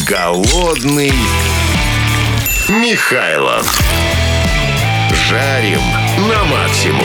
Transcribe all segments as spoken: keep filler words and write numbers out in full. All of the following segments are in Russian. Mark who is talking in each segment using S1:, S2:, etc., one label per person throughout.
S1: Голодный Михайлов. Жарим на максимум.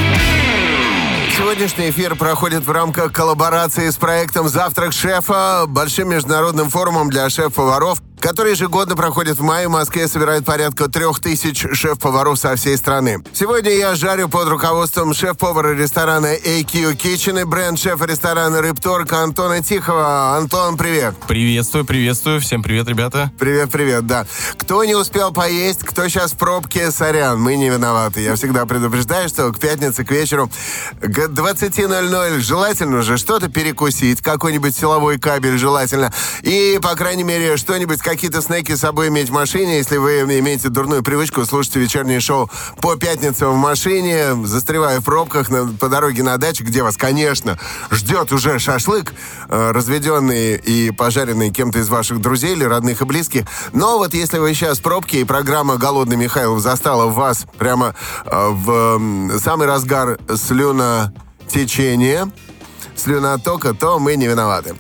S2: Сегодняшний эфир проходит в рамках коллаборации с проектом «Завтрак шефа», большим международным форумом для шеф-поваров, который ежегодно проходит в мае. В Москве собирает порядка трех тысяч шеф-поваров со всей страны. Сегодня я жарю под руководством шеф-повара ресторана эй кью Kitchen и бренд-шефа ресторана Riptork Антона Тихого. Антон, привет.
S3: Приветствую, приветствую. Всем привет, ребята.
S2: Привет, привет, да. Кто не успел поесть, кто сейчас в пробке, сорян, мы не виноваты. Я всегда предупреждаю, что к пятнице, к вечеру, к двадцати ноль-ноль желательно же что-то перекусить, какой-нибудь силовой кабель желательно. И, по крайней мере, что-нибудь, какие-то снеки с собой иметь в машине. Если вы имеете дурную привычку слушать вечернее шоу по пятницам в машине, застревая в пробках на, по дороге на дачу, где вас, конечно, ждет уже шашлык, э, разведенный и пожаренный кем-то из ваших друзей или родных и близких. Но вот если вы сейчас в пробке, и программа «Голодный Михайлов» застала вас прямо э, в э, самый разгар слюнотечения, слюнотока, то мы не виноваты.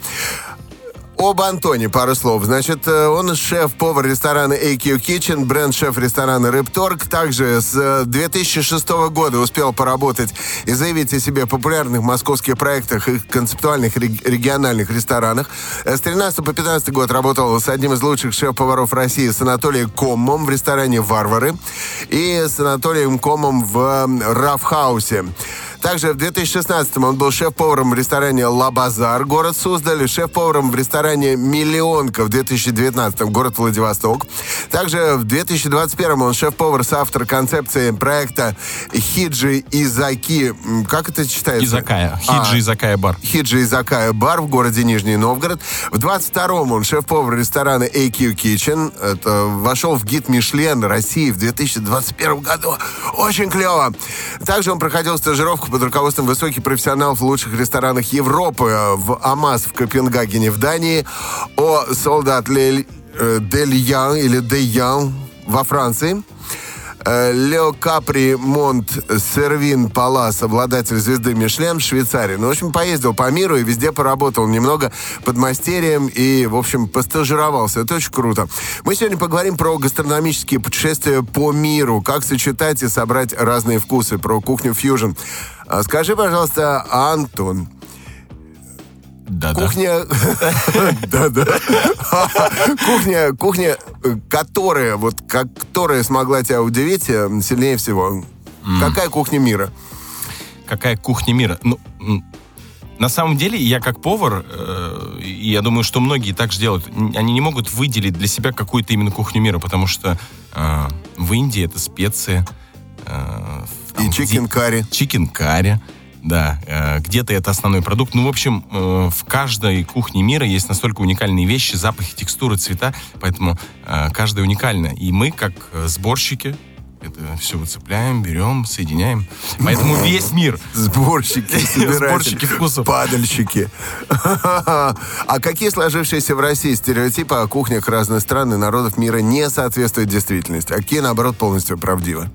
S2: Об Антоне пару слов. Значит, он шеф-повар ресторана эй кью Kitchen, бренд-шеф ресторана Riptork. Также с две тысячи шестого года успел поработать и заявить о себе в популярных московских проектах и концептуальных региональных ресторанах. С тринадцатого по пятнадцатый год работал с одним из лучших шеф-поваров России, с Анатолием Коммом в ресторане «Варвары» и с Анатолием Коммом в Рафхаусе. Также в две тысячи шестнадцатом он был шеф-поваром в ресторане «Ла Базар», город Суздаль, шеф-поваром в ресторане «Миллионка» в две тысячи девятнадцатом, город Владивосток. Также в две тысячи двадцать первом он шеф-повар, соавтор концепции проекта «Хиджи Изаки». Как это читается?
S3: Изакая. Хиджи а, Изакая бар.
S2: Хиджи Изакая бар в городе Нижний Новгород. В двадцать втором он шеф-повар ресторана эй кью Kitchen. Это вошел в гид Мишлен России в две тысячи двадцать первом году. Очень клево. Также он проходил стажировку под руководством высоких профессионалов в лучших ресторанах Европы, в АМАЗ в Копенгагене в Дании, о Солдат Дель Ян или Де Ян во Франции, Лео Капри Монт Сервин Палас, обладатель звезды Мишлен в Швейцарии. Ну, в общем, поездил по миру и везде поработал немного подмастерьем и, в общем, постажировался. Это очень круто. Мы сегодня поговорим про гастрономические путешествия по миру, как сочетать и собрать разные вкусы, про кухню фьюжн. Скажи, пожалуйста, Антон,
S3: Да-да.
S2: Кухня... Да-да. Кухня, кухня, которая, вот, которая смогла тебя удивить сильнее всего. Какая кухня мира?
S3: Какая кухня мира? Ну, на самом деле, я как повар, э, и я думаю, что многие так же делают, они не могут выделить для себя какую-то именно кухню мира, потому что э, в Индии это специи. Э,
S2: и чикен-карри.
S3: Чикен-карри. Да, э, где-то это основной продукт. Ну, в общем, э, в каждой кухне мира есть настолько уникальные вещи, запахи, текстуры, цвета, поэтому э, каждая уникальна. И мы, как сборщики, это все выцепляем, берем, соединяем. Поэтому весь мир.
S2: Сборщики, собиратели.
S3: Сборщики вкусов.
S2: Падальщики. А какие сложившиеся в России стереотипы о кухнях разных стран и народов мира не соответствуют действительности? А какие, наоборот, полностью правдивы?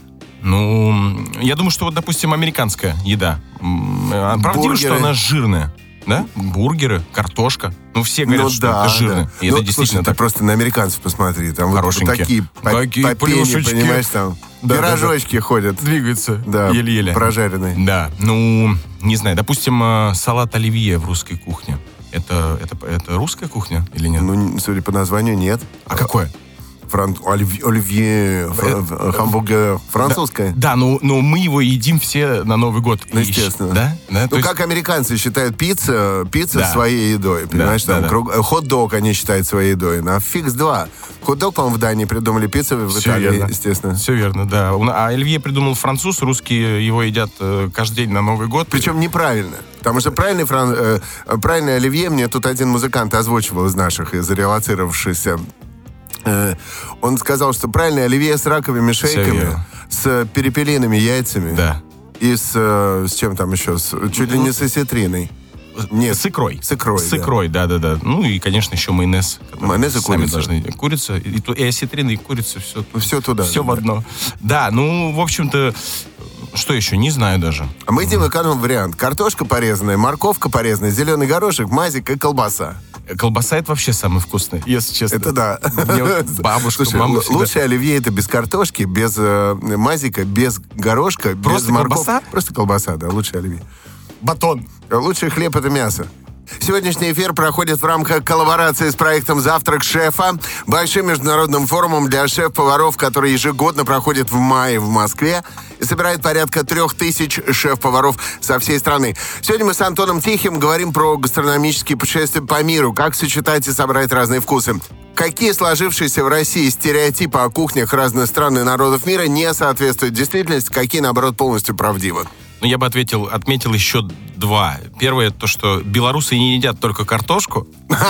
S3: Ну, я думаю, что вот, допустим, американская еда. Правдиво, что она жирная. Да? Бургеры, картошка. Ну, все говорят, ну, что да, это жирно.
S2: Да.
S3: И
S2: ну,
S3: это действительно
S2: слушай,
S3: так.
S2: ты просто на американцев посмотри. Там
S3: хорошенькие.
S2: Вот такие
S3: Такие
S2: попени, понимаешь, там
S3: да,
S2: пирожочки
S3: да, да.
S2: ходят.
S3: Двигаются
S2: да,
S3: еле-еле.
S2: Прожаренные.
S3: Да, ну, не знаю. Допустим, салат оливье в русской кухне. Это, это, это русская кухня или нет?
S2: Ну, судя по названию, нет.
S3: А какое?
S2: Фран... Оливье, оливье фр... хамбургер французское.
S3: Да, да, но, но мы его едим все на Новый год.
S2: Ну, естественно.
S3: Да? Да?
S2: Ну,
S3: есть...
S2: как американцы считают пицца, пицца да. своей едой, понимаешь?
S3: Да,
S2: там
S3: да,
S2: круг...
S3: да.
S2: Хот-дог они считают своей едой. А фикс два. Хот-дог, по-моему, в Дании придумали, пиццу в
S3: все
S2: Италии,
S3: верно.
S2: естественно.
S3: Все верно, да. А оливье придумал француз, русские его едят каждый день на Новый год.
S2: Причем неправильно. Потому что правильный, фран... э, правильный оливье мне тут один музыкант озвучивал из наших, из релацировавшихся. Он сказал, что правильное оливье с раковыми шейками, с перепелиными яйцами.
S3: Да.
S2: И с, с чем там еще? С, чуть ли не с осетриной. Нет.
S3: С икрой.
S2: С икрой,
S3: С икрой, да. да, да, да. Ну и, конечно, еще майонез.
S2: Майонез и курица.
S3: Должны... Курица, и, и осетрина, и курица, все.
S2: Все туда.
S3: Все
S2: да.
S3: в одно. Да, ну, в общем-то, что еще? Не знаю даже.
S2: А мы делаем эконом-вариант. Картошка порезанная, морковка порезанная, зеленый горошек, мазик и колбаса.
S3: Колбаса — это вообще самое вкусное, если честно.
S2: Это да.
S3: Мне вот бабушка,
S2: Слушай,
S3: мама
S2: л-
S3: всегда-
S2: лучшее оливье это без картошки, без э, мазика, без горошка,
S3: Просто
S2: без моркови.
S3: колбаса?
S2: Просто колбаса, да, лучшее оливье.
S3: Батон.
S2: Лучший хлеб это мясо. Сегодняшний эфир проходит в рамках коллаборации с проектом «Завтрак шефа», большим международным форумом для шеф-поваров, который ежегодно проходит в мае в Москве и собирает порядка трех тысяч шеф-поваров со всей страны. Сегодня мы с Антоном Тихим говорим про гастрономические путешествия по миру, как сочетать и собрать разные вкусы. Какие сложившиеся в России стереотипы о кухнях разных стран и народов мира не соответствуют действительности, какие, наоборот, полностью правдивы?
S3: Ну, я бы ответил, отметил еще два. Первое, то, что белорусы не едят только картошку.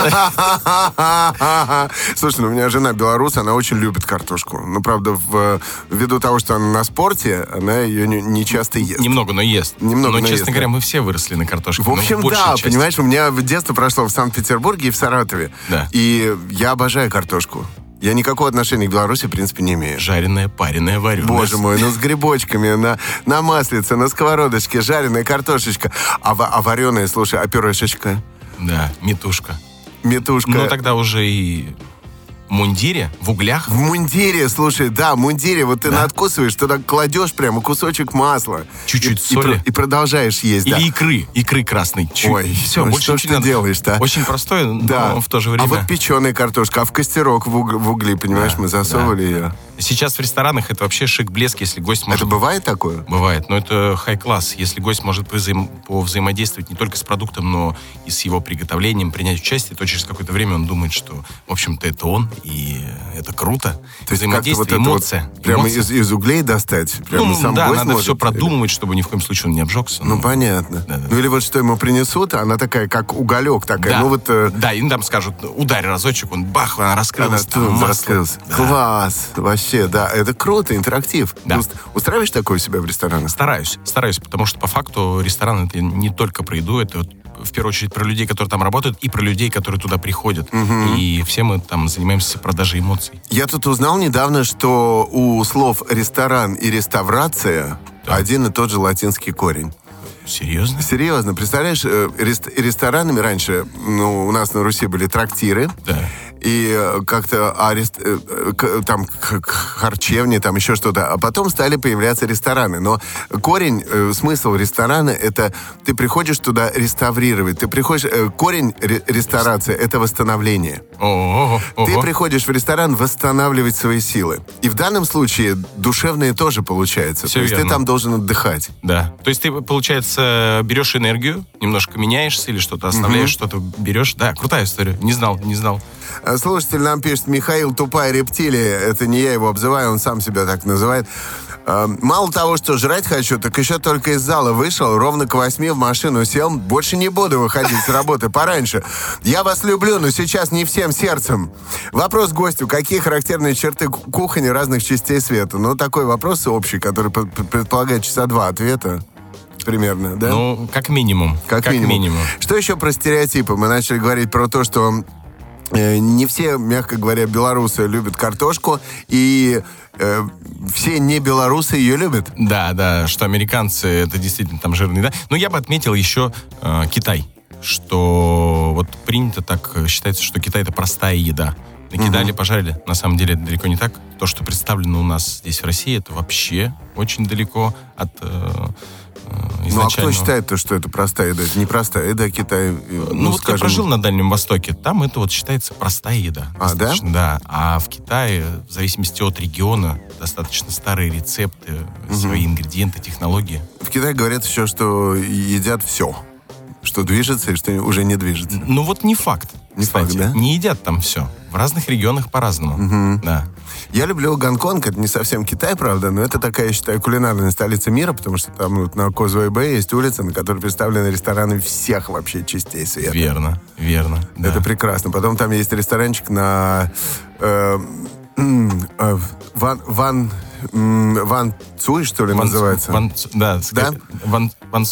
S2: Слушай, ну у меня жена белорус, она очень любит картошку. Ну, правда, в, ввиду того, что она на спорте, она ее не, не часто ест.
S3: Немного, но ест.
S2: Немного,
S3: но,
S2: но
S3: честно
S2: ест,
S3: говоря,
S2: да.
S3: мы все выросли на картошке.
S2: В
S3: ну,
S2: общем,
S3: большая
S2: да,
S3: часть.
S2: понимаешь, у меня детство прошло в Санкт-Петербурге и в Саратове.
S3: Да.
S2: И я обожаю картошку. Я никакого отношения к Беларуси, в принципе, не имею.
S3: Жареная, пареная, вареная.
S2: Боже мой, ну с грибочками, на, на маслице, на сковородочке, жареная картошечка. А, ва- а вареная, слушай, а пюрешечка,
S3: Да, метушка.
S2: метушка.
S3: Ну, тогда уже и в мундире, в углях.
S2: В мундире, слушай, да, в мундире. Вот ты
S3: Да.
S2: надкусываешь, туда кладешь прямо кусочек масла.
S3: Чуть-чуть
S2: и,
S3: соли.
S2: И, про- и продолжаешь есть,
S3: Или
S2: да.
S3: икры, икры красной. Чуть.
S2: Ой,
S3: все,
S2: ой,
S3: больше
S2: что ж
S3: ничего
S2: ты
S3: не надо.
S2: делаешь-то, а?
S3: Очень простое,
S2: Да.
S3: но в то же время.
S2: А вот печеная картошка, а в костерок в, уг- в угли, понимаешь,
S3: Да,
S2: мы засовывали
S3: да,
S2: ее.
S3: да. Сейчас в ресторанах это вообще шик-блеск, если гость может...
S2: Это бывает такое?
S3: Бывает, но это хай-класс. Если гость может взаим... повзаимодействовать не только с продуктом, но и с его приготовлением, принять участие, то через какое-то время он думает, что, в общем-то, это он, и это круто.
S2: То есть как-то
S3: Взаимодействие,
S2: вот это
S3: эмоция.
S2: вот прямо
S3: эмоция.
S2: из, из углей достать? Прямо
S3: Ну,
S2: сам
S3: да,
S2: гость
S3: надо
S2: может?
S3: все продумывать, чтобы ни в коем случае он не обжегся.
S2: Ну, понятно.
S3: Да, да.
S2: Ну, или вот что ему принесут, она такая, как уголек такая.
S3: Да,
S2: Ну, вот... э,
S3: да, и там скажут, ударь разочек, он бах, она раскрылась.
S2: Она
S3: там
S2: тут
S3: масло.
S2: раскрылась.
S3: Да.
S2: Класс. Вообще, да. Это круто, интерактив.
S3: Да.
S2: Уст- Устраиваешь такое у себя в ресторанах?
S3: Стараюсь, стараюсь, потому что по факту ресторан — это не только про еду, это вот в первую очередь про людей, которые там работают, и про людей, которые туда приходят. И все мы там занимаемся продажей эмоций.
S2: Я тут узнал недавно, что у слов «ресторан» и «реставрация»
S3: Да.
S2: один и тот же латинский корень.
S3: Серьезно?
S2: Серьезно, представляешь, э, рест- ресторанами раньше, ну, у нас на Руси были трактиры,
S3: Да.
S2: и э, как-то а, рес- э, э, к- там к- к- харчевни, там еще что-то, а потом стали появляться рестораны. Но корень, э, смысл ресторана — это ты приходишь туда реставрировать, ты приходишь, э, корень ре- ресторации — это восстановление.
S3: О,
S2: Ты приходишь в ресторан восстанавливать свои силы. И в данном случае душевные тоже получается.
S3: Всё
S2: То есть
S3: верно.
S2: ты там должен отдыхать.
S3: Да. То есть ты, получается, берешь энергию, немножко меняешься или что-то оставляешь, что-то берешь. Да, крутая история. Не знал, не знал.
S2: А Слушатель нам пишет: Михаил тупая рептилия. Это не я его обзываю, он сам себя так называет. А, Мало того, что жрать хочу, так еще только из зала вышел, ровно к восьми в машину сел. Больше не буду выходить с работы пораньше. Я вас люблю, но сейчас не всем сердцем. Вопрос гостю: какие характерные черты ку- кухни разных частей света? Ну, такой вопрос общий, который п- п- предполагает часа два ответа. Примерно, да?
S3: Ну, как минимум.
S2: Как, минимум. Что еще про стереотипы? Мы начали говорить про то, что э, не все, мягко говоря, белорусы любят картошку, и э, все не белорусы ее любят.
S3: Да, да, что американцы, это действительно там жирные, да. Но я бы отметил еще э, Китай, что вот принято так, э, считается, что Китай — это простая еда. Накидали, пожарили. На самом деле это далеко не так. То, что представлено у нас здесь в России, это вообще очень далеко от э, э, изначального.
S2: Ну, а кто считает, что это простая еда? Это не простая еда, Китай. э,
S3: Ну, вот я
S2: скажем,
S3: прожил на Дальнем Востоке, там это вот считается простая еда.
S2: А, да?
S3: Достаточно, да? А в Китае, в зависимости от региона, достаточно старые рецепты, свои ингредиенты, технологии.
S2: В Китае говорят еще, что едят все. Что движется и что уже не движется.
S3: Ну вот не факт.
S2: Не
S3: кстати.
S2: факт, да?
S3: Не едят там все. В разных регионах по-разному. Да.
S2: Я люблю Гонконг, это не совсем Китай, правда, но это такая, я считаю, кулинарная столица мира, потому что там вот на Козуэй-Бэй есть улица, на которой представлены рестораны всех вообще частей света.
S3: Верно, верно. Да.
S2: Это прекрасно. Потом там есть ресторанчик на э, м, э, Ван, Ван, м, Ван Цуй, что ли,
S3: Ван-
S2: называется?
S3: Ван, да,
S2: Да?
S3: Ван, Ван Суй.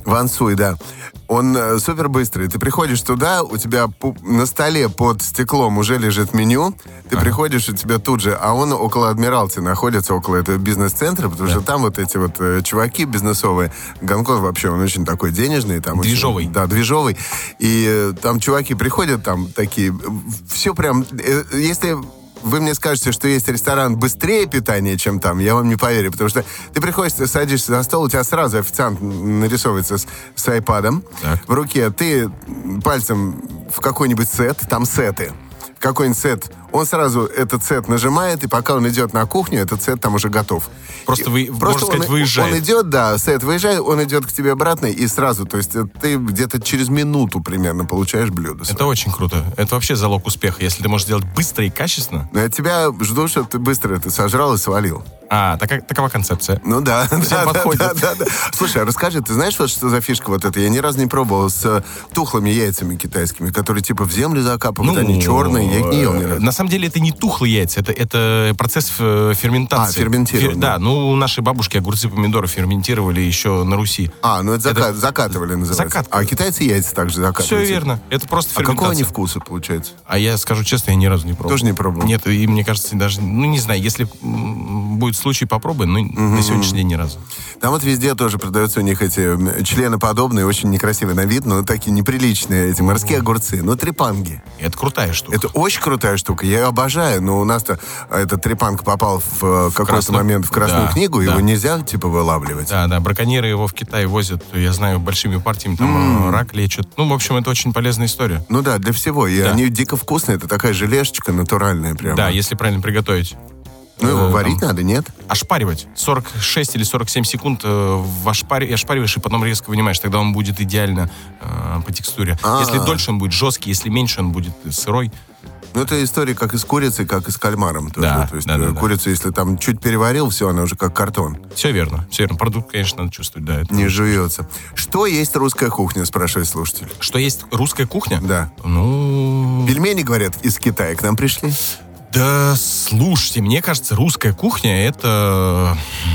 S2: Вансуй, да. Он э, супер быстрый. Ты приходишь туда, у тебя пу- на столе под стеклом уже лежит меню. Ты ага. приходишь, у тебя тут же, а он около Адмиралти находится, около этого бизнес-центра, потому да. что там вот эти вот э, чуваки бизнесовые. Гонконг вообще, он очень такой денежный. Там
S3: движовый.
S2: Очень, да, движовый. И э, там чуваки приходят, там такие, все прям, э, если... Вы мне скажете, что есть ресторан быстрее питания, чем там, я вам не поверю, потому что ты приходишь, ты садишься за стол, у тебя сразу официант нарисовывается с, с айпадом в руке, ты пальцем в какой-нибудь сет, там сеты, какой-нибудь сет, он сразу этот сет нажимает, и пока он идет на кухню, этот сет там уже готов.
S3: Просто, вы,
S2: Просто
S3: можно сказать,
S2: он,
S3: выезжает.
S2: Он идет, да, сет выезжает, он идет к тебе обратно, и сразу, то есть ты где-то через минуту примерно получаешь блюдо.
S3: Это очень круто. Это вообще залог успеха, если ты можешь сделать быстро и качественно.
S2: Но от тебя ждут, чтобы ты быстро это сожрал и свалил.
S3: А, так, такова концепция.
S2: Ну да,
S3: всем
S2: да,
S3: подходит.
S2: Да, да, да. Слушай, а расскажи, ты знаешь, вот что за фишка вот эта? Я ни разу не пробовал с тухлыми яйцами китайскими, которые типа в землю закапывают,
S3: ну,
S2: они черные, я их не ел ни разу.
S3: На самом деле это не тухлые яйца, это, это процесс ферментации.
S2: А, ферментирование.
S3: Фер, да, ну у нашей бабушки огурцы, помидоры ферментировали еще на Руси.
S2: А, ну это, закат, это закатывали, называется.
S3: Закатывали.
S2: А китайцы яйца также закатывают.
S3: Все верно, это просто
S2: ферментация. А какого они вкуса, получается?
S3: А я скажу честно, я ни разу не пробовал.
S2: Тоже не пробовал?
S3: Нет, и мне кажется, даже, ну не знаю, если будет случай, попробуй, но угу. на сегодняшний день ни разу.
S2: Там вот везде тоже продаются у них эти членоподобные, очень некрасивые на вид, но такие неприличные эти морские огурцы. Ну, трепанги.
S3: Это крутая штука.
S2: Это очень крутая штука, я ее обожаю, но у нас-то этот трепанг попал в, в какой-то красную, момент в Красную да, книгу, да. его нельзя, типа, вылавливать.
S3: Да, да, браконьеры его в Китай возят, я знаю, большими партиями, там mm. рак лечат. Ну, в общем, это очень полезная история.
S2: Ну да, для всего, и да. они дико вкусные, это такая желешечка натуральная прямо.
S3: Да, если правильно приготовить.
S2: Ну, его варить там, надо, нет?
S3: Ошпаривать. сорок шесть или сорок семь секунд э, ошпари, ошпариваешь, и потом резко вынимаешь. Тогда он будет идеально э, по текстуре. А-а-а. Если дольше, он будет жесткий. Если меньше, он будет сырой.
S2: Ну, это история как и с курицей, как и с кальмаром. Тоже.
S3: Да,
S2: То есть
S3: да, да,
S2: курицу, да. если там чуть переварил, все, она уже как картон.
S3: Все верно. Все верно. Продукт, конечно, надо чувствовать. Да, это
S2: не жуется. Что есть русская кухня, спрашивает слушатель.
S3: Что есть русская кухня?
S2: Да.
S3: Ну...
S2: Пельмени, говорят, из Китая к нам пришли.
S3: Да, слушайте, мне кажется, русская кухня это...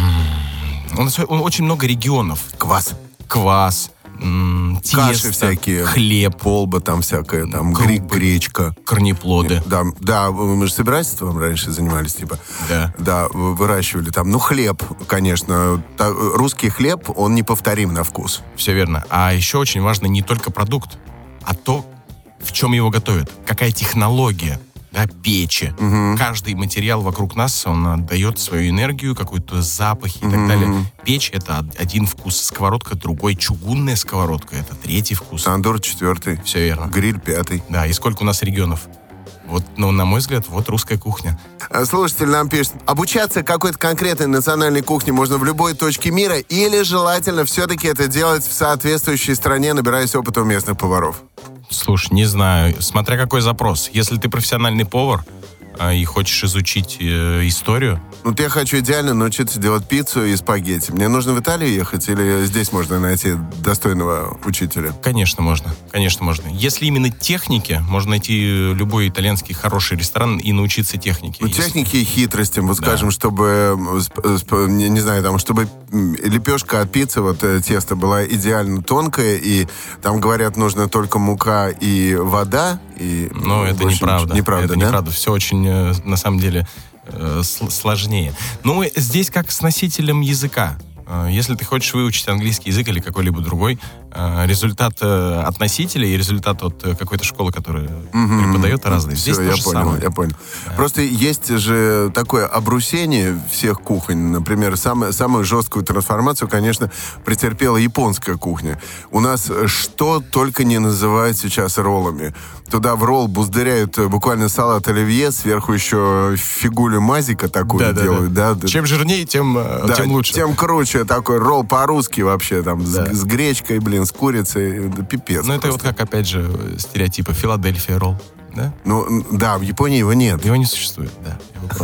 S3: У нас очень много регионов.
S2: Квас.
S3: Квас. М- тесто,
S2: каши всякие.
S3: Хлеб.
S2: Полба там всякая, там гри- гречка.
S3: Корнеплоды.
S2: Да, да, мы же собирательством раньше занимались, типа.
S3: Да.
S2: Да, выращивали там. Ну, хлеб, конечно. Та, русский хлеб, он неповторим на вкус.
S3: Все верно. А еще очень важно не только продукт, а то, в чем его готовят. Какая технология. Да, печи. Угу. Каждый материал вокруг нас, он отдает свою энергию, какой-то запах и угу. так далее. Печь — это один вкус, сковородка — другой, чугунная сковородка — это третий вкус.
S2: Тандур — четвертый.
S3: Все верно.
S2: Гриль — пятый.
S3: Да, и сколько у нас регионов? Вот, ну, на мой взгляд, вот русская кухня.
S2: Слушатель нам пишет, обучаться какой-то конкретной национальной кухне можно в любой точке мира или желательно все-таки это делать в соответствующей стране, набираясь опыта у местных поваров?
S3: Слушай, не знаю. Смотря какой запрос. Если ты профессиональный повар а, и хочешь изучить э, историю...
S2: Ну, я хочу идеально научиться делать пиццу и спагетти. Мне нужно в Италию ехать или здесь можно найти достойного учителя?
S3: Конечно, можно. Конечно, можно. Если именно техники, можно найти любой итальянский хороший ресторан и научиться технике.
S2: Ну,
S3: если...
S2: техники и хитростям, вот
S3: да.
S2: скажем, чтобы, не, не знаю, там, чтобы лепешка от пиццы, вот тесто была идеально тонкая, и там, говорят, нужно только мука и вода. И,
S3: Но это неправда.
S2: Неправда,
S3: это
S2: да?
S3: неправда. Все очень, на самом деле, сложнее. Ну, здесь как с носителем языка. Если ты хочешь выучить английский язык или какой-либо другой, результат от носителя и результат от какой-то школы, которая mm-hmm. преподает, разные. Здесь
S2: Все,
S3: то
S2: я
S3: же
S2: понял,
S3: самое.
S2: я понял.
S3: Да.
S2: Просто есть же такое обрусение всех кухонь. Например, самую, самую жесткую трансформацию, конечно, претерпела японская кухня. У нас что только не называют сейчас роллами. Туда в ролл буздыряют буквально салат оливье, сверху еще фигулю мазика такую
S3: да,
S2: делают.
S3: Да,
S2: да.
S3: Да. Чем жирнее, тем,
S2: да,
S3: тем лучше.
S2: Тем круче. Такой ролл по-русски вообще, там,
S3: да.
S2: с, с гречкой, блин, с курицей. Да, пипец.
S3: Ну, это вот как, опять же, стереотипы. Филадельфия ролл. Да?
S2: Ну, да, в Японии его нет.
S3: Его не существует, да.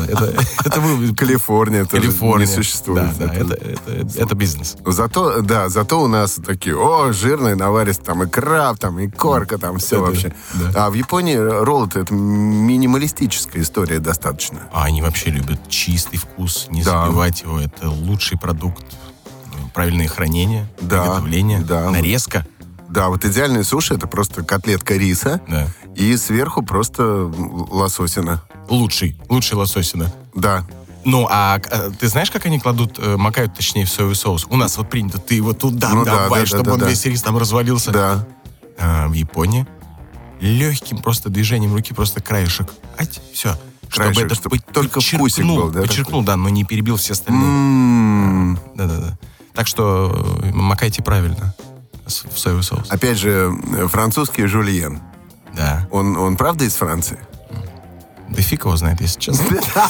S3: Это вы...
S2: Калифорния тоже не существует.
S3: Да, да, это бизнес.
S2: Зато, да, зато у нас такие, о, жирные, наваристые, там и краб, там и корка, там все вообще. А в Японии роллы-то это минималистическая история достаточно.
S3: А они вообще любят чистый вкус, не забивать его. Это лучший продукт. правильное хранение,
S2: Да,
S3: приготовление,
S2: да.
S3: нарезка.
S2: Да, вот идеальный суши — это просто котлетка риса,
S3: Да.
S2: и сверху просто лососина.
S3: Лучший, лучший лососина.
S2: Да.
S3: Ну, а э, ты знаешь, как они кладут, э, макают, точнее, в соевый соус? У нас вот принято, ты его туда
S2: Ну да,
S3: давай,
S2: да,
S3: чтобы
S2: да,
S3: он
S2: да.
S3: весь рис там развалился.
S2: Да.
S3: А в Японии легким просто движением руки просто краешек. Ать, все.
S2: Краешек,
S3: чтобы это
S2: чтобы
S3: под-
S2: только вкусик
S3: подчеркнул,
S2: был, да,
S3: подчеркнул, да, но не перебил все остальные.
S2: М.
S3: Да-да-да. Так что э, макайте правильно с- в соевый соус.
S2: Опять же, французский жульен.
S3: Да.
S2: Он, он правда из Франции?
S3: Да фиг его знает, если честно.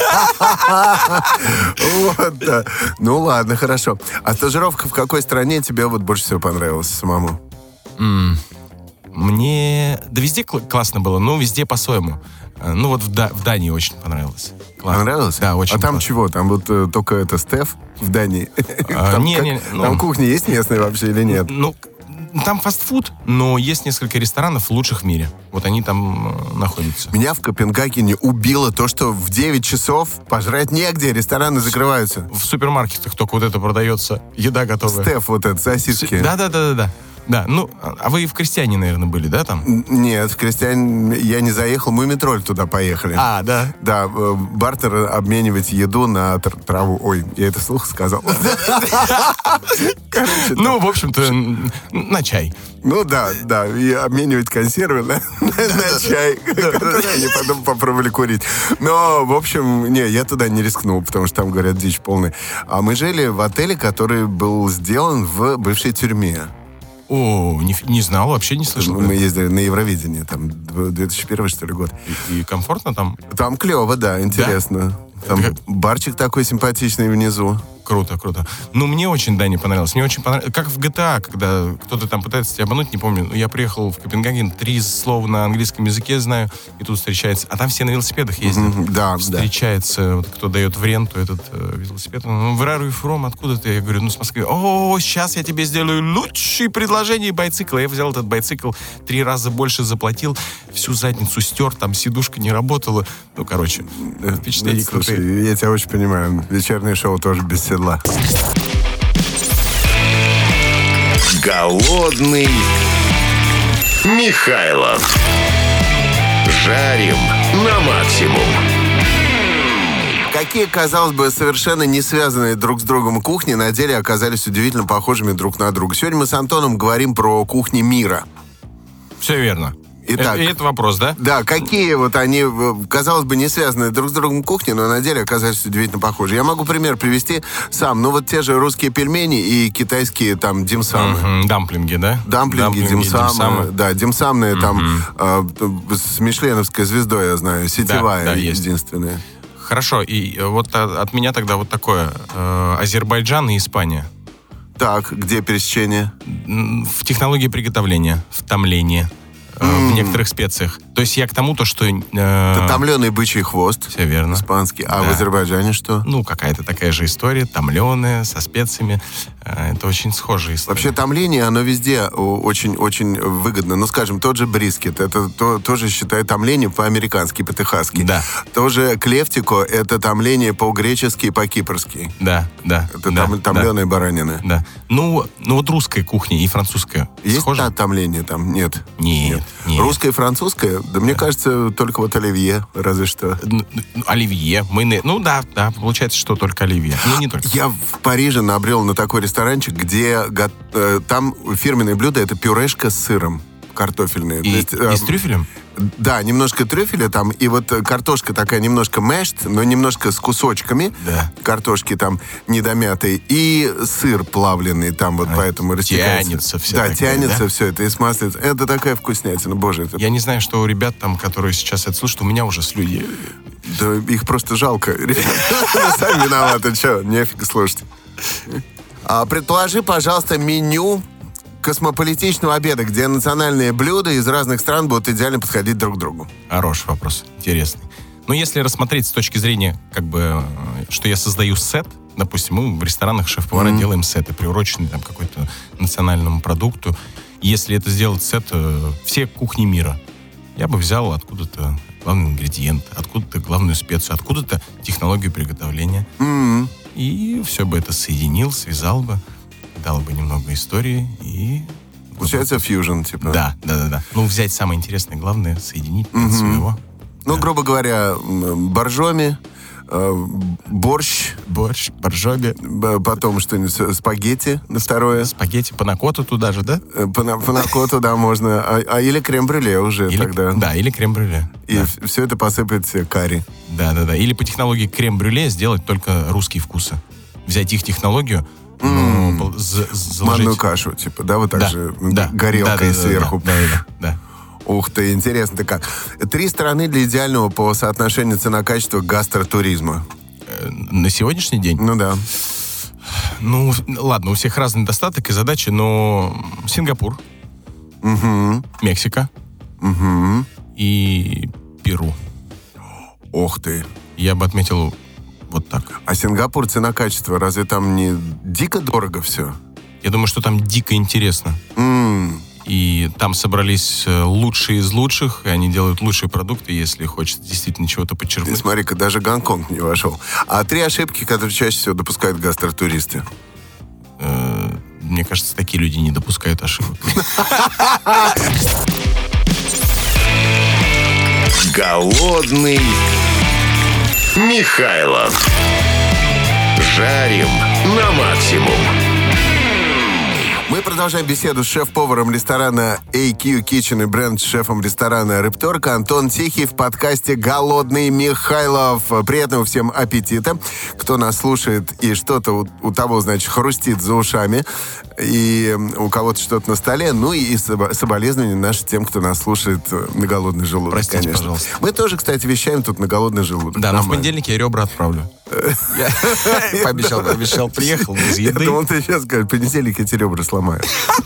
S2: Вот, да. Ну ладно, хорошо. А стажировка в какой стране тебе вот больше всего понравилась самому?
S3: М, Мне... Да везде кл- классно было, но везде по-своему. Э, Ну вот в, Да- в Дании очень понравилось. Классно.
S2: Понравилось?
S3: Да, очень
S2: А там
S3: классно.
S2: чего? Там вот э, только это Стеф в Дании?
S3: А,
S2: Там
S3: не,
S2: как-
S3: не, ну-
S2: Там кухня есть местная вообще или нет?
S3: Ну, там фастфуд, но есть несколько ресторанов лучших в мире. Вот они там э, находятся.
S2: Меня в Копенгагене убило то, что в девять часов пожрать негде, рестораны закрываются.
S3: В супермаркетах только вот это продается, еда готовая.
S2: Стеф, вот это, сосиски.
S3: Да-да-да-да. Да, ну, а вы в Крестьяне, наверное, были, да, там?
S2: Н- Нет, в Крестьян я не заехал, мы метроль туда поехали.
S3: А, да.
S2: Да, э, бартер обменивать еду на тр- траву. Ой, я это вслух сказал. Короче,
S3: Ну, в общем-то, н- на чай.
S2: ну да, да, и обменивать консервы на, на чай, который они потом попробовали курить. Но, в общем, не, я туда не рискнул, потому что там, говорят, дичь полная. А мы жили в отеле, который был сделан в бывшей тюрьме.
S3: О, не, не знал, вообще не слышал.
S2: Мы ездили на Евровидение, там, две тысячи первый, что ли, год.
S3: И, и комфортно там?
S2: Там клево, да, интересно. Там
S3: Это
S2: барчик такой симпатичный внизу.
S3: Круто, круто. Ну, мне очень Дания понравилась. Мне очень понравилось. Как в джи ти эй, когда кто-то там пытается тебя обмануть, не помню. Я приехал в Копенгаген, три слова на английском языке знаю, и тут встречается. А там все на велосипедах ездят.
S2: Мгм, да, да.
S3: Встречается, вот, кто дает в ренту этот э, велосипед. Ну, where are you from? Откуда ты? Я говорю, ну, с Москвы. О, сейчас я тебе сделаю лучшие предложения байцикла. Я взял этот байцикл, три раза больше заплатил, всю задницу стер, там сидушка не работала. Ну, короче, впечатления
S2: Ну, слушай,
S3: крутые.
S2: я тебя очень понимаю. Вечернее шоу тоже без седла.
S1: Голодный Михайлов. Жарим на максимум.
S2: Какие, казалось бы, совершенно не связанные друг с другом кухни на деле оказались удивительно похожими друг на друга. Сегодня мы с Антоном говорим про кухни мира.
S3: Все верно.
S2: Итак.
S3: Это, это вопрос, да?
S2: Да, какие вот они, э, казалось бы, не связанные друг с другом кухни, но на деле оказались удивительно похожи. Я могу пример привести сам. Ну вот те же русские пельмени и китайские там димсамы.
S3: Мгм, Дамплинги, да?
S2: Дамплинги, димсамы. Да, димсамные там э, с мишленовской звездой, я знаю, сетевая
S3: да, есть.
S2: единственная.
S3: Хорошо, и э, вот а- от меня тогда вот такое. Э, Азербайджан и Испания.
S2: Так, где пересечение?
S3: М, В технологии приготовления, в томлении, э, в некоторых специях. То есть я к тому, то, что... Э,
S2: Томленый бычий хвост.
S3: Все верно.
S2: Испанский. А
S3: Да.
S2: в Азербайджане что?
S3: Ну, какая-то такая же история, томленая, со специями. Э, Это очень схожая история.
S2: Вообще томление, оно везде очень-очень выгодно. Ну, скажем, тот же брискет, это то, тоже, считай, томление по-американски, по-техасски.
S3: Да.
S2: Тоже клефтико, это томление по-гречески и по-кипрски.
S3: Да, да.
S2: Это
S3: да,
S2: там, томленые баранины.
S3: Да. Ну, ну, вот русская кухня и французская
S2: Есть
S3: схожи?
S2: та- томление там? Нет.
S3: Нет, нет.
S2: Русская и французская? Да мне кажется, только вот оливье, разве что.
S3: Ну, ну, оливье, майонез. Ну да, да, получается, что только оливье. Ну, не только.
S2: Я в Париже набрел на такой ресторанчик, где го- э, там фирменное блюдо — это пюрешка с сыром картофельная.
S3: И,
S2: То есть,
S3: и
S2: э,
S3: с трюфелем?
S2: Да, немножко трюфеля там, и вот э, картошка такая немножко мэшт, но немножко с кусочками
S3: Да.
S2: картошки там недомятой, и сыр плавленый там вот поэтому растекается.
S3: тянется вся
S2: Да,
S3: такая,
S2: тянется
S3: да?
S2: все это, и с маслицей. Это такая вкуснятина, боже. Это,
S3: Я не знаю, что у ребят там, которые сейчас это слушают, у меня уже слюни.
S2: да, их просто жалко. Ребята, сами виноваты, что, нефиг слушать. А, предположи, пожалуйста, меню космополитичного обеда, где национальные блюда из разных стран будут идеально подходить друг к другу.
S3: Хороший вопрос, интересный. Но если рассмотреть с точки зрения, как бы, э, что я создаю сет, допустим, мы в ресторанах шеф-повара
S2: Мгм.
S3: делаем сеты, приуроченные там, к какой-то национальному продукту. Если это сделать сет э, все кухни мира, я бы взял откуда-то главный ингредиент, откуда-то главную специю, откуда-то технологию приготовления.
S2: М.
S3: И все бы это соединил, связал бы. дало бы немного истории и...
S2: Получается фьюжн, типа.
S3: Да, да, да, да. Ну, взять самое интересное, главное, соединить угу. своего.
S2: Ну,
S3: да.
S2: грубо говоря, боржоми, э, борщ.
S3: Борщ, боржоми.
S2: Потом что-нибудь, спагетти на второе.
S3: Спагетти, панакоту туда же, да?
S2: Панакоту, да, можно. А, а или крем-брюле уже
S3: или,
S2: тогда.
S3: Да, или крем-брюле.
S2: И
S3: да.
S2: все это посыпать карри.
S3: Да, да, да. Или по технологии крем-брюле сделать только русские вкусы. Взять их технологию,
S2: Mm.
S3: ну, за, заложить...
S2: манную кашу, типа, да, вот так
S3: да,
S2: же
S3: да,
S2: горелкой
S3: да, да,
S2: сверху.
S3: Да, да, да, да.
S2: Ух ты, интересно-то как. Три страны для идеального по соотношению цена-качество гастротуризма.
S3: Э, на сегодняшний день?
S2: Ну да.
S3: Ну, ладно, у всех разный достаток и задачи, но Сингапур,
S2: угу.
S3: Мексика
S2: угу.
S3: и Перу.
S2: Ох ты.
S3: Я бы отметил вот так.
S2: А Сингапур, цена-качество, разве там не дико дорого все?
S3: Я думаю, что там дико интересно.
S2: Mm.
S3: И там собрались лучшие из лучших, и они делают лучшие продукты, если хочется действительно чего-то подчеркнуть.
S2: Ты смотри-ка, даже Гонконг не вошел. А три ошибки, которые чаще всего допускают гастротуристы?
S3: Мне кажется, такие люди не допускают ошибок.
S1: Голодный Михайлов. Жарим на максимум.
S2: Мы продолжаем беседу с шеф-поваром ресторана эй кью Kitchen и бренд-шефом ресторана Рыбторг Антон Тихий в подкасте «Голодный Михайлов». Приятного всем аппетита. Кто нас слушает и что-то у, у того, значит, хрустит за ушами, и у кого-то что-то на столе, ну и соболезнования наши тем, кто нас слушает на голодный желудок.
S3: Простите,
S2: конечно.
S3: пожалуйста.
S2: Мы тоже, кстати, вещаем тут на голодный желудок.
S3: Да, но в понедельник я ребра отправлю. Пообещал, пообещал, приехал без еды.
S2: Я думал, ты сейчас скажешь, в понедельник эти ребра сломаю.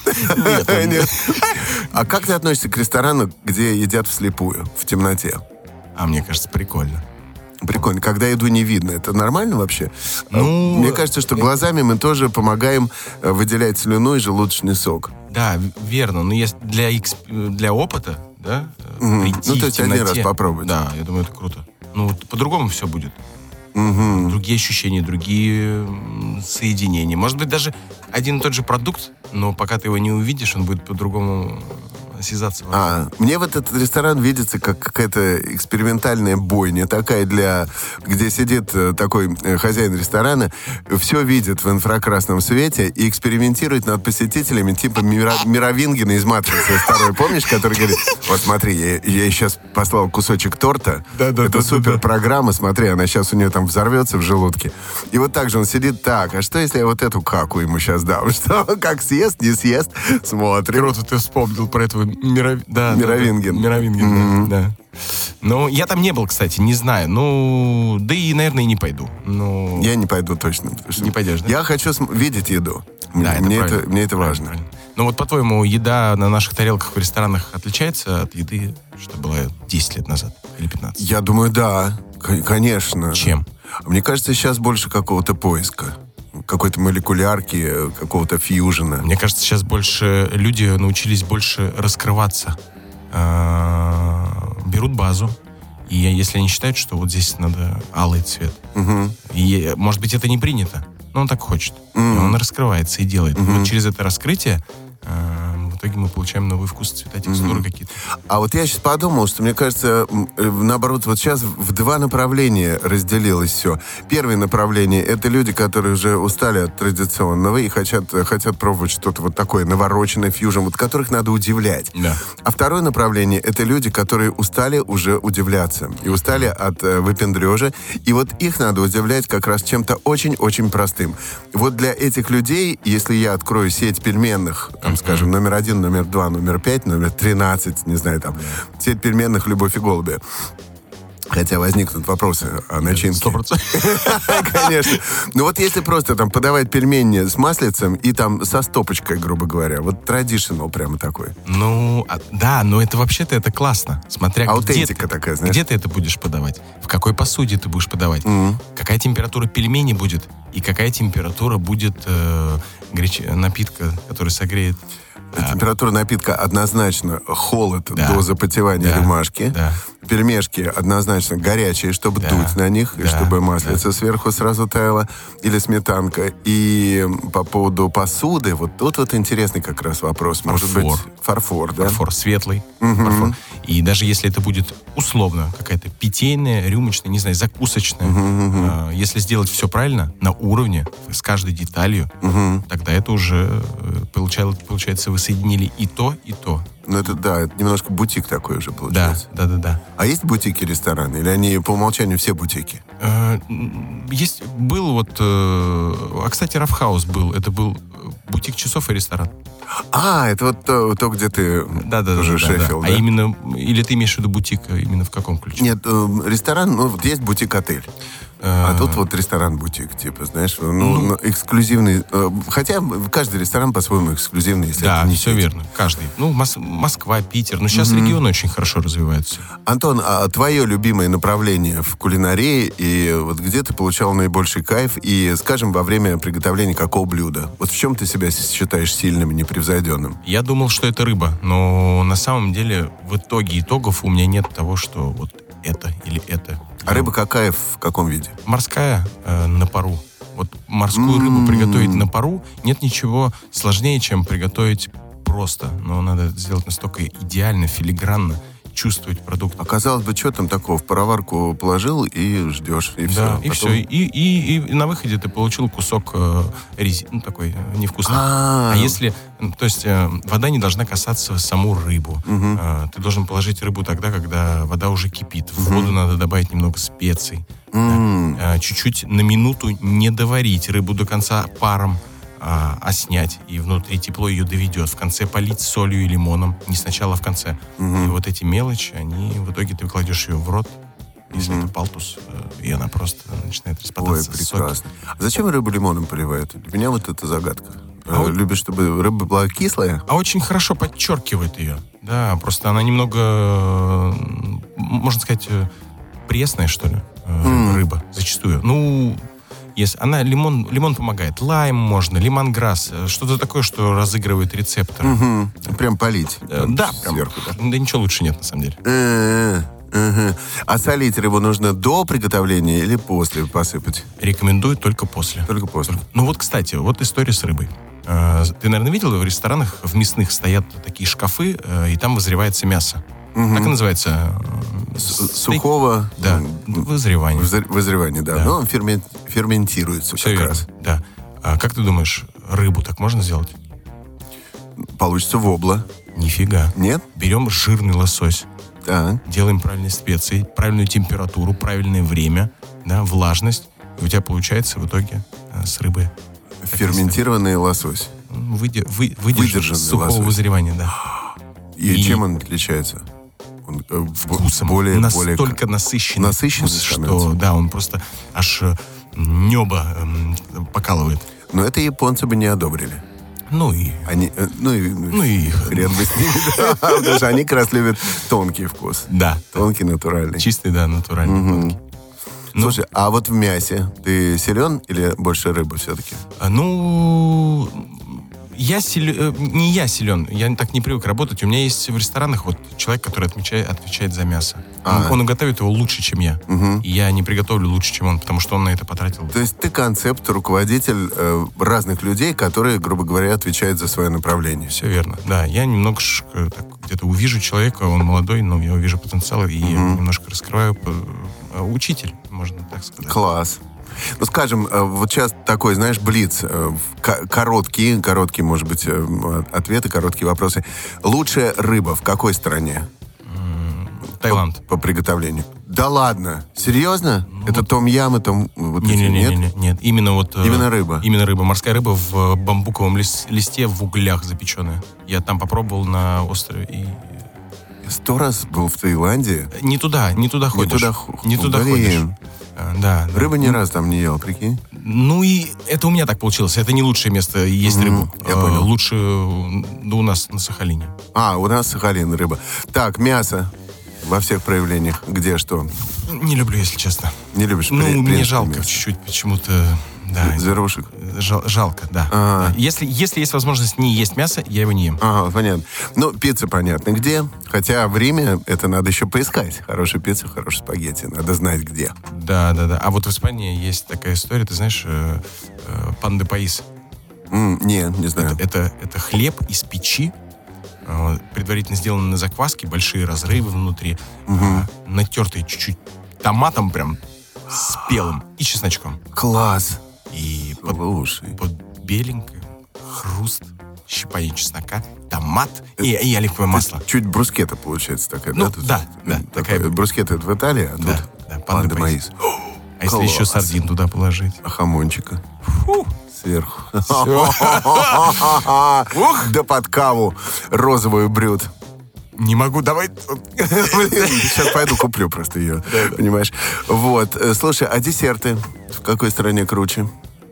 S2: Нет. А как ты относишься к ресторану, где едят вслепую, в темноте?
S3: А мне кажется, прикольно.
S2: Прикольно. Когда еду не видно. Это нормально вообще?
S3: Ну,
S2: мне кажется, что глазами мы тоже помогаем выделять слюну и желудочный сок.
S3: Да, верно. Но есть для, для опыта, да,
S2: угу.
S3: прийти
S2: Ну, то есть
S3: в темноте,
S2: один раз попробовать.
S3: Да, я думаю, это круто. Ну, по-другому все будет.
S2: Угу.
S3: Другие ощущения, другие соединения. Может быть, даже один и тот же продукт, но пока ты его не увидишь, он будет по-другому осязаться.
S2: А, мне вот этот ресторан видится как какая-то экспериментальная бойня такая для... Где сидит такой хозяин ресторана, все видит в инфракрасном свете и экспериментирует над посетителями типа Мира, Мировингена из «Матрицы» второй. Помнишь, который говорит, вот смотри, я, я сейчас послал кусочек торта,
S3: да, да,
S2: это
S3: да,
S2: супер
S3: да,
S2: программа, смотри, она сейчас у нее там взорвется в желудке. И вот так же он сидит, так, а что если я вот эту каку ему сейчас дам? Что, как съест, не съест? Смотрим.
S3: Круто ты вспомнил про этого Миров... да,
S2: Мировинген.
S3: Да, да. Мировинген, mm-hmm. да, да. Ну, я там не был, кстати, не знаю. Ну, да и, наверное, и не пойду. Но...
S2: Я не пойду точно.
S3: Не пойдешь, да?
S2: Я хочу см- видеть еду.
S3: Да,
S2: мне,
S3: это
S2: это, мне это важно.
S3: Правильно. Ну вот, по-твоему, еда на наших тарелках в ресторанах отличается от еды, что было десять лет назад или пятнадцать?
S2: Я думаю, да. К- конечно.
S3: Чем?
S2: Мне кажется, сейчас больше какого-то поиска. Какой-то молекулярки, какого-то фьюжена.
S3: Мне кажется, сейчас больше люди научились больше раскрываться. Берут базу, и если они считают, что вот здесь надо алый цвет,
S2: угу.
S3: и, может быть, это не принято, но он так хочет.
S2: Mm.
S3: И он раскрывается и делает.
S2: Mm-hmm.
S3: Вот через это раскрытие э, в итоге мы получаем новый вкус, цвета, текстуры mm-hmm. какие-то.
S2: А вот я сейчас подумал, что мне кажется, наоборот, вот сейчас в два направления разделилось все. Первое направление — это люди, которые уже устали от традиционного и хотят, хотят пробовать что-то вот такое навороченное, фьюжн, вот которых надо удивлять.
S3: Да.
S2: А второе направление — это люди, которые устали уже удивляться и устали от э, выпендрежа, и вот их надо удивлять как раз чем-то очень-очень простым. Вот для этих людей, если я открою сеть пельменных, там, mm-hmm. скажем, номер один, номер два, номер пять, номер тринадцать, не знаю, там, yeah. сеть пельменных «Любовь и голуби». Хотя возникнут вопросы о начинке.
S3: Сто процентов.
S2: Конечно. Ну вот если просто там подавать пельмени с маслицем и там со стопочкой, грубо говоря, вот традиционал прямо такой.
S3: Ну, а, да, но это вообще-то это классно. Смотря
S2: аутентика
S3: где ты,
S2: такая, знаешь.
S3: Где ты это будешь подавать, в какой посуде ты будешь подавать, mm-hmm. какая температура пельменей будет и какая температура будет э, греч... напитка, который согреет. Да.
S2: Температура напитка однозначно холод
S3: Да.
S2: до запотевания
S3: Да.
S2: рюмашки.
S3: Да.
S2: Пельмешки однозначно горячие, чтобы
S3: Да.
S2: дуть на них, и
S3: Да.
S2: чтобы маслица сверху сразу таяла, или сметанка. И по поводу посуды, вот тут вот интересный как раз вопрос. Может быть,
S3: Фарфор.
S2: фарфор, да?
S3: Фарфор светлый. Фарфор. И даже если это будет условно какая-то питейная, рюмочная, не знаю, закусочная, э, если сделать все правильно, на уровне, с каждой деталью, тогда это уже э, получается, получается, вы соединили и то, и то.
S2: Ну, это, да, это немножко бутик такой уже
S3: Да,
S2: получается.
S3: да, да, да.
S2: А есть бутики-рестораны? Или они по умолчанию все бутики?
S3: Э, Есть, был вот, э, а, кстати, Рафхаус был, это был бутик часов и ресторан.
S2: А, это вот то, то, где ты
S3: Да, да,
S2: уже
S3: да, да,
S2: Шеффилд,
S3: да.
S2: да?
S3: А именно, или ты имеешь в виду бутик, а именно в каком ключе?
S2: Нет, э, ресторан, ну, вот есть бутик-отель. А тут вот ресторан-бутик, типа, знаешь, ну, ну, эксклюзивный. э, Хотя каждый ресторан по-своему эксклюзивный, если
S3: Да,
S2: это не
S3: все
S2: сеть.
S3: верно. Каждый. Ну, Мос- Москва, Питер. Но сейчас регионы очень хорошо развиваются.
S2: Антон, а твое любимое направление в кулинарии, и вот где ты получал наибольший кайф, и, скажем, во время приготовления какого блюда? Вот в чем ты себя считаешь сильным и непревзойденным?
S3: Я думал, что это рыба, но на самом деле в итоге итогов у меня нет того, что вот это или это.
S2: А рыба какая, в каком виде?
S3: Морская э, на пару. Вот морскую рыбу приготовить на пару нет ничего сложнее, чем приготовить просто. Но надо это сделать настолько идеально, филигранно, чувствовать продукт.
S2: А казалось бы, что там такого? В пароварку положил и ждешь, и
S3: Да,
S2: все.
S3: и все. И, и, и на выходе ты получил кусок э, ризи, ну, такой э, невкусный.
S2: А,
S3: А если, ну, то есть э, вода не должна касаться саму рыбу. Э, ты должен положить рыбу тогда, когда вода уже кипит. В воду надо добавить немного специй. Да. Э, чуть-чуть на минуту не доварить рыбу до конца паром, а, а снять. И внутри тепло ее доведет. В конце полить солью и лимоном. Не сначала, а в конце. И вот эти мелочи, они в итоге ты кладешь ее в рот. Если это палтус, э, и она просто начинает
S2: Ой,
S3: распадаться. соки.
S2: прекрасно. А зачем рыбу лимоном поливают? Для меня вот это загадка.
S3: А
S2: Э,
S3: вот-
S2: Любишь, чтобы рыба была кислая?
S3: А очень хорошо подчеркивает ее. Да, просто она немного, э, можно сказать, э, пресная, что ли, э, рыба, зачастую. Ну, если она лимон, лимон помогает. Лайм можно, лимонграсс, э, что-то такое, что разыгрывает рецепторы.
S2: Мгм. Прям полить.
S3: Э,
S2: Там
S3: да, прям,
S2: сверху, да.
S3: да ничего лучше нет, на самом деле.
S2: Э, ага. А солить рыбу нужно до приготовления или после посыпать?
S3: Рекомендую только после.
S2: Только после.
S3: Ну вот, кстати, вот история с рыбой. Э, Ты, наверное, видел, в ресторанах, в мясных стоят такие шкафы, э, и там вызревается мясо. Так и называется. э,
S2: С-
S3: стейк.
S2: Сухого
S3: Да,
S2: м,
S3: вызревание.
S2: вызр- вызревания, да.
S3: Да.
S2: Но он фермен- ферментируется
S3: Все
S2: как
S3: верно,
S2: раз.
S3: да. А как ты думаешь, рыбу так можно сделать?
S2: Получится вобла.
S3: Нифига.
S2: Нет?
S3: Берем жирный лосось,
S2: Так.
S3: делаем правильные специи, правильную температуру, правильное время, да, влажность, и у тебя получается в итоге э, с рыбы
S2: Ферментированный лосось.
S3: выде- вы- выдержанный
S2: Выдержанный
S3: сухого
S2: лосось.
S3: вызревания, да.
S2: И,
S3: И-
S2: чем он отличается? Он, э, бо-
S3: Вкусом.
S2: Более,
S3: Настолько
S2: более...
S3: насыщенный,
S2: насыщенный
S3: вкус,
S2: становится.
S3: что да, он просто аж э, небо эм, покалывает.
S2: Но это японцы бы не одобрили.
S3: Ну и
S2: Они, э, ну и,
S3: Ну и-
S2: хрен бы с ними, да, потому что они как раз любят тонкий вкус.
S3: да,
S2: Тонкий, натуральный.
S3: чистый, да, натуральный. тонкий. Ну,
S2: Слушай, а вот в мясе ты силен или больше рыбы все-таки?
S3: А, Ну, я силен, не я силен, я так не привык работать. У меня есть в ресторанах вот человек, который отмечает, отвечает за мясо.
S2: А.
S3: Он, он готовит его лучше, чем я. И я не приготовлю лучше, чем он, потому что он на это потратил.
S2: То есть ты концепт, руководитель э, разных людей, которые, грубо говоря, отвечают за свое направление.
S3: Все верно. Да, я немножко так, где-то увижу человека, он молодой, но я увижу потенциал, и я немножко раскрываю. э, Учитель, можно так сказать.
S2: Класс. Ну, скажем, э, вот сейчас такой, знаешь, блиц, э, в ко- короткие, короткие, может быть, э, ответы, короткие вопросы. Лучшая рыба в какой стране
S3: Таиланд.
S2: по приготовлению? Да ладно? Серьезно? Это том-ям, это м, вот эти,
S3: Не-не-не,
S2: нет?
S3: нет? нет, именно вот... э,
S2: Именно рыба?
S3: Именно рыба. Морская рыба в бамбуковом лис- листе в углях запеченная. Я там попробовал на острове и...
S2: Сто раз был в Таиланде.
S3: Не туда, не туда ходишь.
S2: туда ху-
S3: не туда
S2: блин.
S3: ходишь. А, Да, да.
S2: Рыбы ни раз там не ел, прикинь.
S3: Ну и это у меня так получилось. Это не лучшее место есть
S2: Мгм,
S3: рыбу.
S2: я
S3: А,
S2: понял.
S3: Лучше э, да, у нас на Сахалине.
S2: А, у нас Сахалин рыба. Так, мясо во всех проявлениях. Где что?
S3: Не люблю, если честно.
S2: Не любишь?
S3: Ну,
S2: при-
S3: мне
S2: принципе,
S3: жалко
S2: мясо?
S3: чуть-чуть почему-то. Да.
S2: Зверушек?
S3: Жал, жалко, да.
S2: Ага.
S3: Да. Если, если есть возможность не есть мясо, я его не ем.
S2: Ага, понятно. Ну, пицца понятно где. Хотя в Риме это надо еще поискать. Хорошую пиццу, хорошие спагетти. Надо знать где.
S3: Да, да, да. А вот в Испании есть такая история, ты знаешь, э, э, пан де паис.
S2: М, не, не знаю.
S3: Это, это, это хлеб из печи, э, предварительно сделанный на закваске, большие разрывы внутри,
S2: Угу.
S3: э, натертые чуть-чуть томатом прям спелым и чесночком.
S2: Класс.
S3: И под,
S2: Слушай.
S3: под беленькое хруст, щипание чеснока, томат и, и оливковое масло.
S2: Чуть брускета получается такая,
S3: Ну,
S2: да? Тут
S3: да, да,
S2: такая.
S3: такая.
S2: Брускета это в Италии, а
S3: Да,
S2: тут
S3: да,
S2: пан де маис.
S3: А если еще
S2: класс.
S3: сардин туда положить?
S2: А хамончика
S3: Фу.
S2: сверху.
S3: Ух.
S2: Да под каву розовую брют.
S3: Не могу, давай.
S2: Сейчас пойду куплю просто ее, понимаешь. Вот, э, слушай, а десерты в какой стране круче?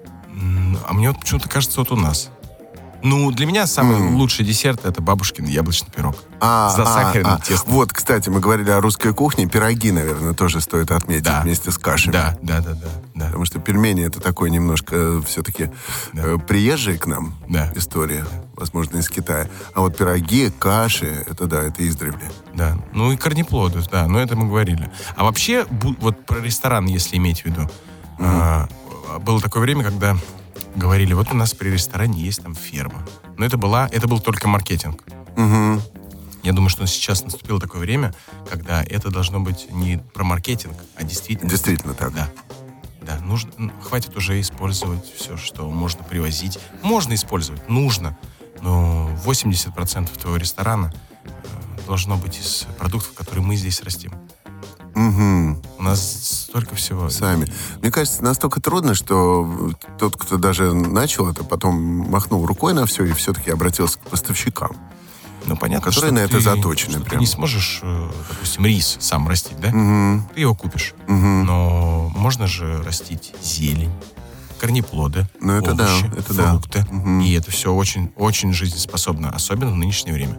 S3: М, А мне вот почему-то кажется, вот у нас. Ну, для меня самый лучший десерт — это бабушкин яблочный пирог.
S2: А,
S3: с засахаренным
S2: а, а.
S3: тестом.
S2: Вот, кстати, мы говорили о русской кухне. Пироги, наверное, тоже стоит отметить
S3: Да.
S2: вместе с кашами.
S3: Да, да, да, да, да.
S2: Потому что пельмени это такой немножко все-таки
S3: Да.
S2: э, приезжая к нам
S3: Да.
S2: история, возможно, из Китая. А вот пироги, каши, это да, это издревле.
S3: Да, ну и корнеплоды, да, но это мы говорили. А вообще, бу- вот про ресторан, если иметь в виду, а, было такое время, когда говорили, вот у нас при ресторане есть там ферма. Но это, была, это был только маркетинг.
S2: Угу.
S3: Я думаю, что сейчас наступило такое время, когда это должно быть не про маркетинг, а действительно...
S2: Действительно так.
S3: Да. Да, нужно, м, хватит уже использовать все, что можно привозить. Можно использовать, нужно. Но восемьдесят процентов твоего ресторана э, должно быть из продуктов, которые мы здесь растим.
S2: Угу.
S3: У нас столько всего.
S2: Сами. Мне кажется, настолько трудно, что тот, кто даже начал это, потом махнул рукой на все и все-таки обратился к поставщикам.
S3: Ну, понятно,
S2: которые
S3: что
S2: на это
S3: ты-
S2: заточены
S3: что ты
S2: прям.
S3: не сможешь, э, допустим, рис сам растить, да?
S2: Угу.
S3: Ты его купишь.
S2: Угу.
S3: Но можно же растить зелень, корнеплоды,
S2: Ну, это да,
S3: овощи,
S2: это да.
S3: фрукты.
S2: Мгм.
S3: И это все очень, очень жизнеспособно, особенно в нынешнее время.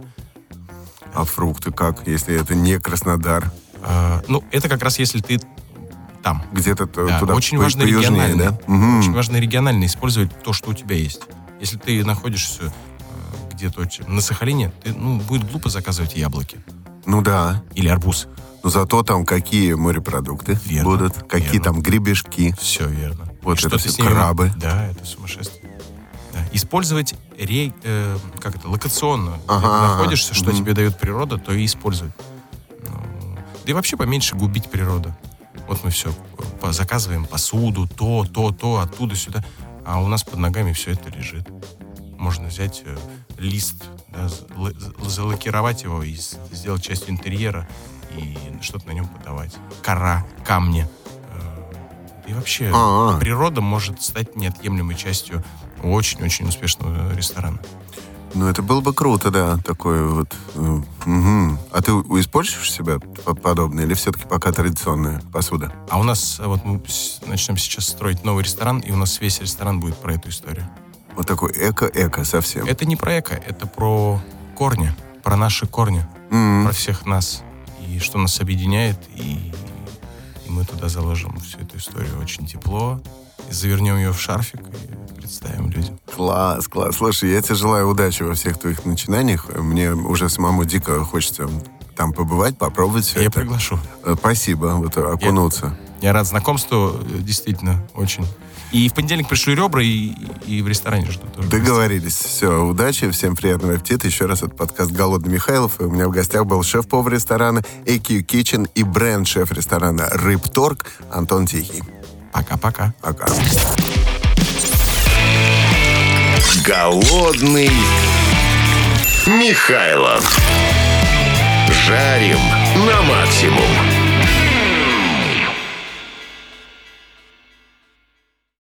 S2: А фрукты как, если это не Краснодар?
S3: А, ну, это как раз если ты там.
S2: Где-то т-
S3: Да,
S2: туда
S3: очень
S2: по-
S3: важно
S2: поюжнее,
S3: регионально.
S2: да? Мгм.
S3: Очень важно регионально использовать то, что у тебя есть. Если ты находишься э, где-то очень- на Сахалине, ты, ну, будет глупо заказывать яблоки
S2: Ну да.
S3: или арбуз.
S2: Но зато там какие морепродукты
S3: Верно,
S2: будут, какие
S3: верно.
S2: там гребешки.
S3: Все верно.
S2: Вот
S3: И что
S2: это
S3: ты
S2: все
S3: с ними-
S2: крабы.
S3: Да, это сумасшествие. Да. Использовать ре- э, как это, локационно.
S2: Ага,
S3: Где ты
S2: ага.
S3: находишься, что
S2: Мгм.
S3: тебе дает природа, то и использовать. Ну, да и вообще поменьше губить природу. Вот мы все заказываем посуду, то, то, то, оттуда, сюда. А у нас под ногами все это лежит. Можно взять э, лист, да, з- л- з- залакировать его и с- сделать частью интерьера и что-то на нем подавать. Кора, камни. Э, И вообще
S2: А-а.
S3: природа может стать неотъемлемой частью очень-очень успешного ресторана.
S2: Ну, это было бы круто, да, такое вот. э, мгм. А ты у- используешь себя по- подобное или все-таки пока традиционная посуда?
S3: А у нас, э, вот мы с- начнем сейчас строить новый ресторан, и у нас весь ресторан будет про эту историю.
S2: Вот такой эко-эко совсем.
S3: Это не про эко, это про корни, про наши корни,
S2: М.
S3: про всех нас. И что нас объединяет, и, и мы туда заложим всю эту историю очень тепло, и завернем ее в шарфик и представим людям.
S2: Класс, класс. Слушай, я тебе желаю удачи во всех твоих начинаниях. Мне уже самому дико хочется там побывать, попробовать все
S3: Я
S2: это.
S3: приглашу.
S2: Э, Спасибо, вот окунуться.
S3: Я рад знакомству, э, действительно, очень. И в понедельник пришлю ребра, и, и в ресторане жду тоже.
S2: Договорились. Все, удачи, всем приятного аппетита. Еще раз, это подкаст «Голодный Михайлов». И у меня в гостях был шеф-повар ресторана эй кью Kitchen и бренд-шеф ресторана «Рыбторг» Антон Тихий.
S3: Пока-пока.
S2: Пока.
S1: Голодный Михайлов. Жарим на максимум.